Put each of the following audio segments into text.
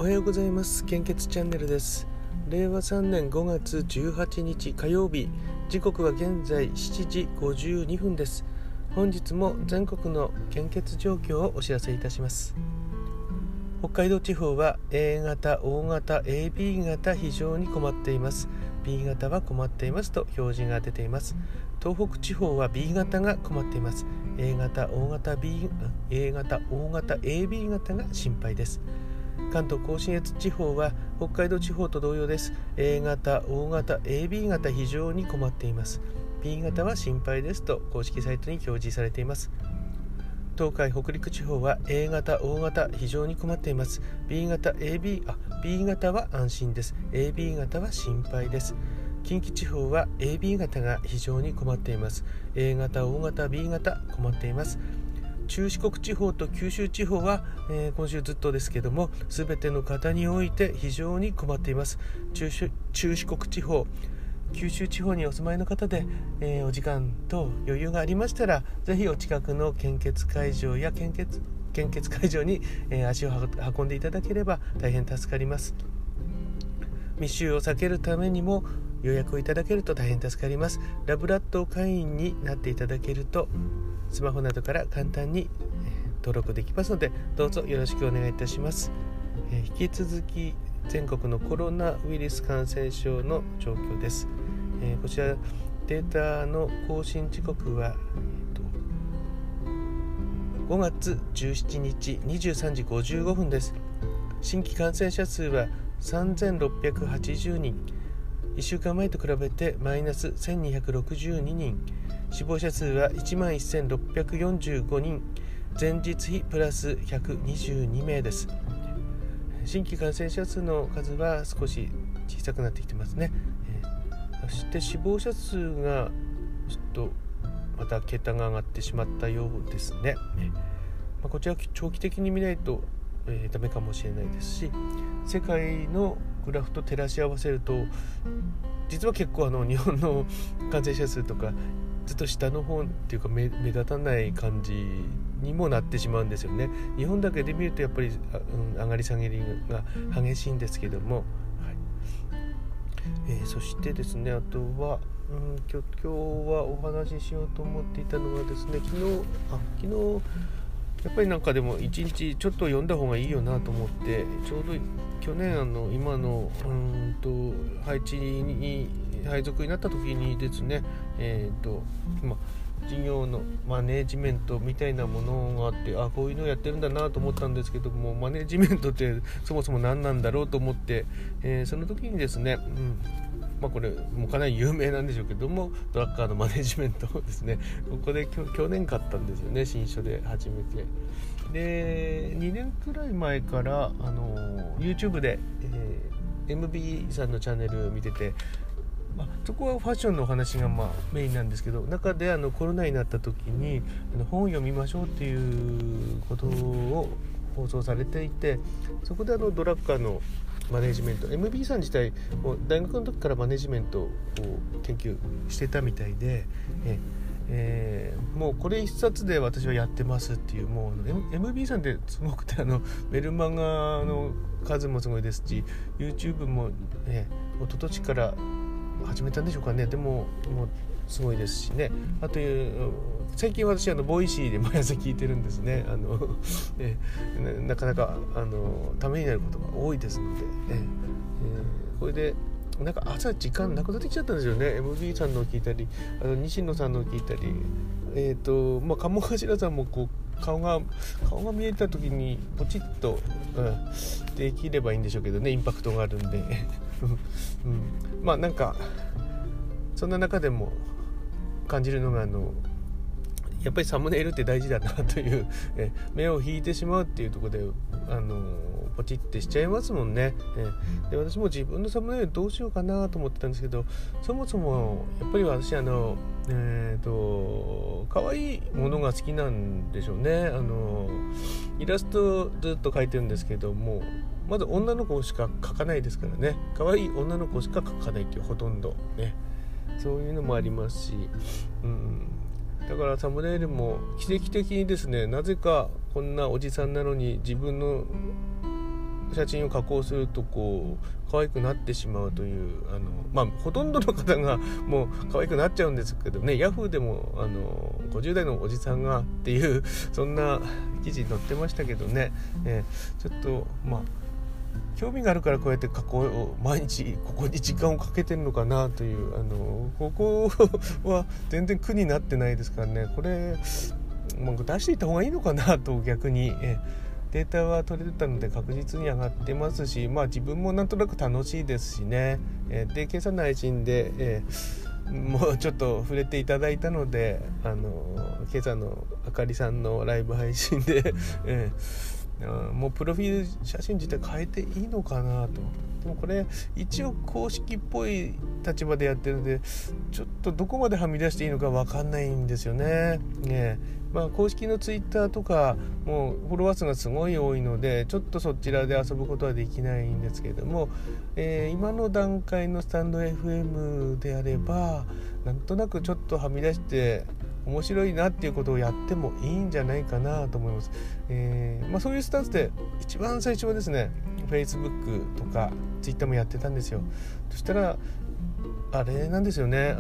はようございます。献血チャンネルです。令和3年5月18日火曜日、時刻は現在7時52分です。本日も全国の献血状況をお知らせいたします。北海道地方は A 型、O 型、AB 型非常に困っています。B 型は困っていますと表示が出ています。東北地方は B 型が困っています。A 型、O 型、A 型、O 型、AB 型が心配です。関東甲信越地方は北海道地方と同様です。 A 型、O 型、AB 型非常に困っています。 B 型は心配ですと公式サイトに表示されています。東海北陸地方は A 型、O 型非常に困っています。 B 型、B 型は安心です。 AB 型は心配です。近畿地方は AB 型が非常に困っています。 A 型、O 型、B 型困っています。中四国地方と九州地方は、今週ずっとですけども、すべての方において非常に困っています。中四国地方、九州地方にお住まいの方で、お時間と余裕がありましたら、ぜひお近くの献血会場や献血会場に、足を運んでいただければ大変助かります。密集を避けるためにも予約をいただけると大変助かります。ラブラッド会員になっていただけるとスマホなどから簡単に登録できますので、どうぞよろしくお願いいたします。引き続き全国のコロナウイルス感染症の状況です。こちらデータの更新時刻は、5月17日23時55分です。新規感染者数は3680人、1週間前と比べてマイナス1262人、死亡者数は 11,645 人、前日比プラス122名です。新規感染者数の数は少し小さくなってきてますね。そして死亡者数がちょっとまた桁が上がってしまったようですね。こちら長期的に見ないと、ダメかもしれないですし、世界のグラフと照らし合わせると実は結構日本の感染者数とかずっと下の方っていうか目立たない感じにもなってしまうんですよね。日本だけで見るとやっぱり上がり下げが激しいんですけども、はい。そしてですね、あとは今日はお話ししようと思っていたのはですね、昨日やっぱりなんかでも一日ちょっと読んだ方がいいよなと思って、ちょうど去年今の配属になった時にですね、今事業のマネジメントみたいなものがあって、こういうのをやってるんだなと思ったんですけども、マネジメントってそもそも何なんだろうと思って、その時にですね、これもうかなり有名なんでしょうけども、ドラッカーのマネジメントをですね、ここで去年買ったんですよね、新書で初めて。で2年くらい前から、YouTube で、MB さんのチャンネルを見てて、そこはファッションのお話がメインなんですけど、中でコロナになった時に本を読みましょうっていうことを放送されていて、そこでドラッカーのマネジメント、 MB さん自体も大学の時からマネジメントを研究してたみたいで、もうこれ一冊で私はやってますっていう、もう MB さんってすごくてメルマガの数もすごいですし、 YouTube も、一昨年から始めたんでしょうかね。でももうすごいですしね。あと最近私ボイシーで毎朝聞いてるんですね。なかなかためになることが多いですので、これでなんか朝時間なくなってきちゃったんですよね。 MB さんのを聞いたり、西野さんのを聞いたり、鴨頭さんもこう顔が見えた時にポチッと、できればいいんでしょうけどね、インパクトがあるんでなんかそんな中でも感じるのがやっぱりサムネイルって大事だなという、目を引いてしまうっていうところでポチってしちゃいますもんね。で私も自分のサムネイルどうしようかなと思ってたんですけど、そもそもやっぱり私可愛いものが好きなんでしょうね。イラストずっと描いてるんですけども、まず女の子しか描かないですからね。可愛い女の子しか描かないっていう、ほとんどね、そういうのもありますし、だからサムネイルも奇跡的にですね、なぜかこんなおじさんなのに自分の写真を加工すると可愛くなってしまうというほとんどの方がもう可愛くなっちゃうんですけどね、ヤフーでも50代のおじさんがっていうそんな記事載ってましたけどね、ちょっと興味があるからこうやって加工を毎日ここに時間をかけてるのかなというここは全然苦になってないですからね、これ出していった方がいいのかなと逆に、データは取れてたので確実に上がってますし、自分もなんとなく楽しいですしね、で今朝の配信で、もうちょっと触れていただいたので今朝のあかりさんのライブ配信で、もうプロフィール写真自体変えていいのかなと。でもこれ一応公式っぽい立場でやってるのでちょっとどこまではみ出していいのか分かんないんですよね。公式のツイッターとかもうフォロワー数がすごい多いのでちょっとそちらで遊ぶことはできないんですけれども、今の段階のスタンド FM であればなんとなくちょっとはみ出して面白いなっていうことをやってもいいんじゃないかなと思います。そういうスタンスで一番最初はですね Facebook とか Twitter もやってたんですよ。そしたらあれなんですよね、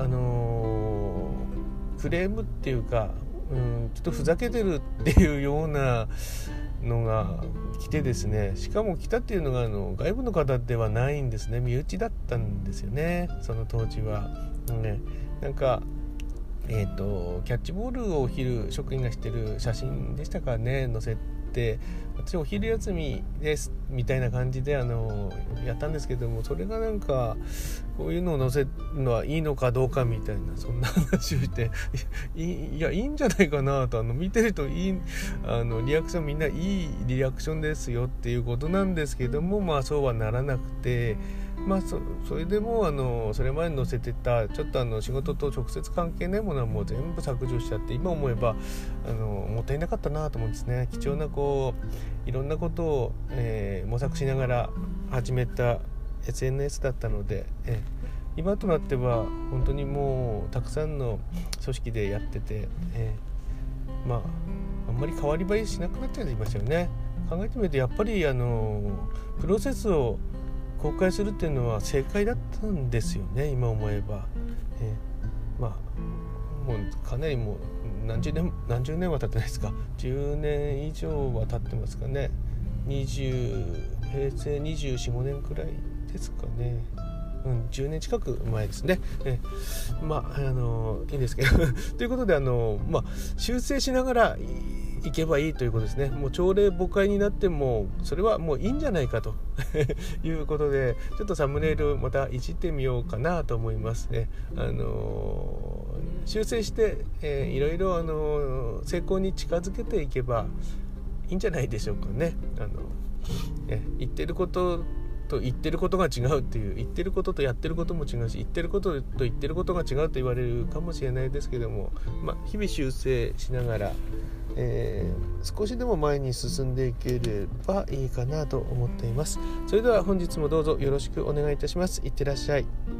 クレームっていうか、ちょっとふざけてるっていうようなのが来てですね、しかも来たっていうのが外部の方ではないんですね、身内だったんですよね、その当時は。なんかキャッチボールをお昼職員がしてる写真でしたからね、載せて私お昼休みですみたいな感じでやったんですけども、それがなんかこういうのを載せるのはいいのかどうかみたいなそんな話をしていやいいんじゃないかなと、見てるといいリアクションみんないいリアクションですよっていうことなんですけども、そうはならなくて、それでもそれまで載せてたちょっと仕事と直接関係ないものはもう全部削除しちゃって、今思えばもったいなかったなと思うんですね。貴重ないろんなことを、模索しながら始めた SNS だったので、今となっては本当にもうたくさんの組織でやってて、あんまり変わり映えしなくなっちゃいましたよね。考えてみるとやっぱりプロセスを公開するっていうのは正解だったんですよね、今思えば。もうかなりもう何十年は経ってないですか、10年以上は経ってますかね、平成24、5年くらいですかね、10年近く前ですね。いいんですけどということで修正しながらいけばいいということですね。もう朝令暮改になってもそれはもういいんじゃないかということで、ちょっとサムネイルまたいじってみようかなと思いますね。修正して、いろいろ成功に近づけていけばいいんじゃないでしょうかね。言ってることと言ってることが違うっていう、言ってることとやってることも違うし、言ってることと言ってることが違うと言われるかもしれないですけども、日々修正しながら、少しでも前に進んでいければいいかなと思っています。それでは本日もどうぞよろしくお願いいたします。いってらっしゃい。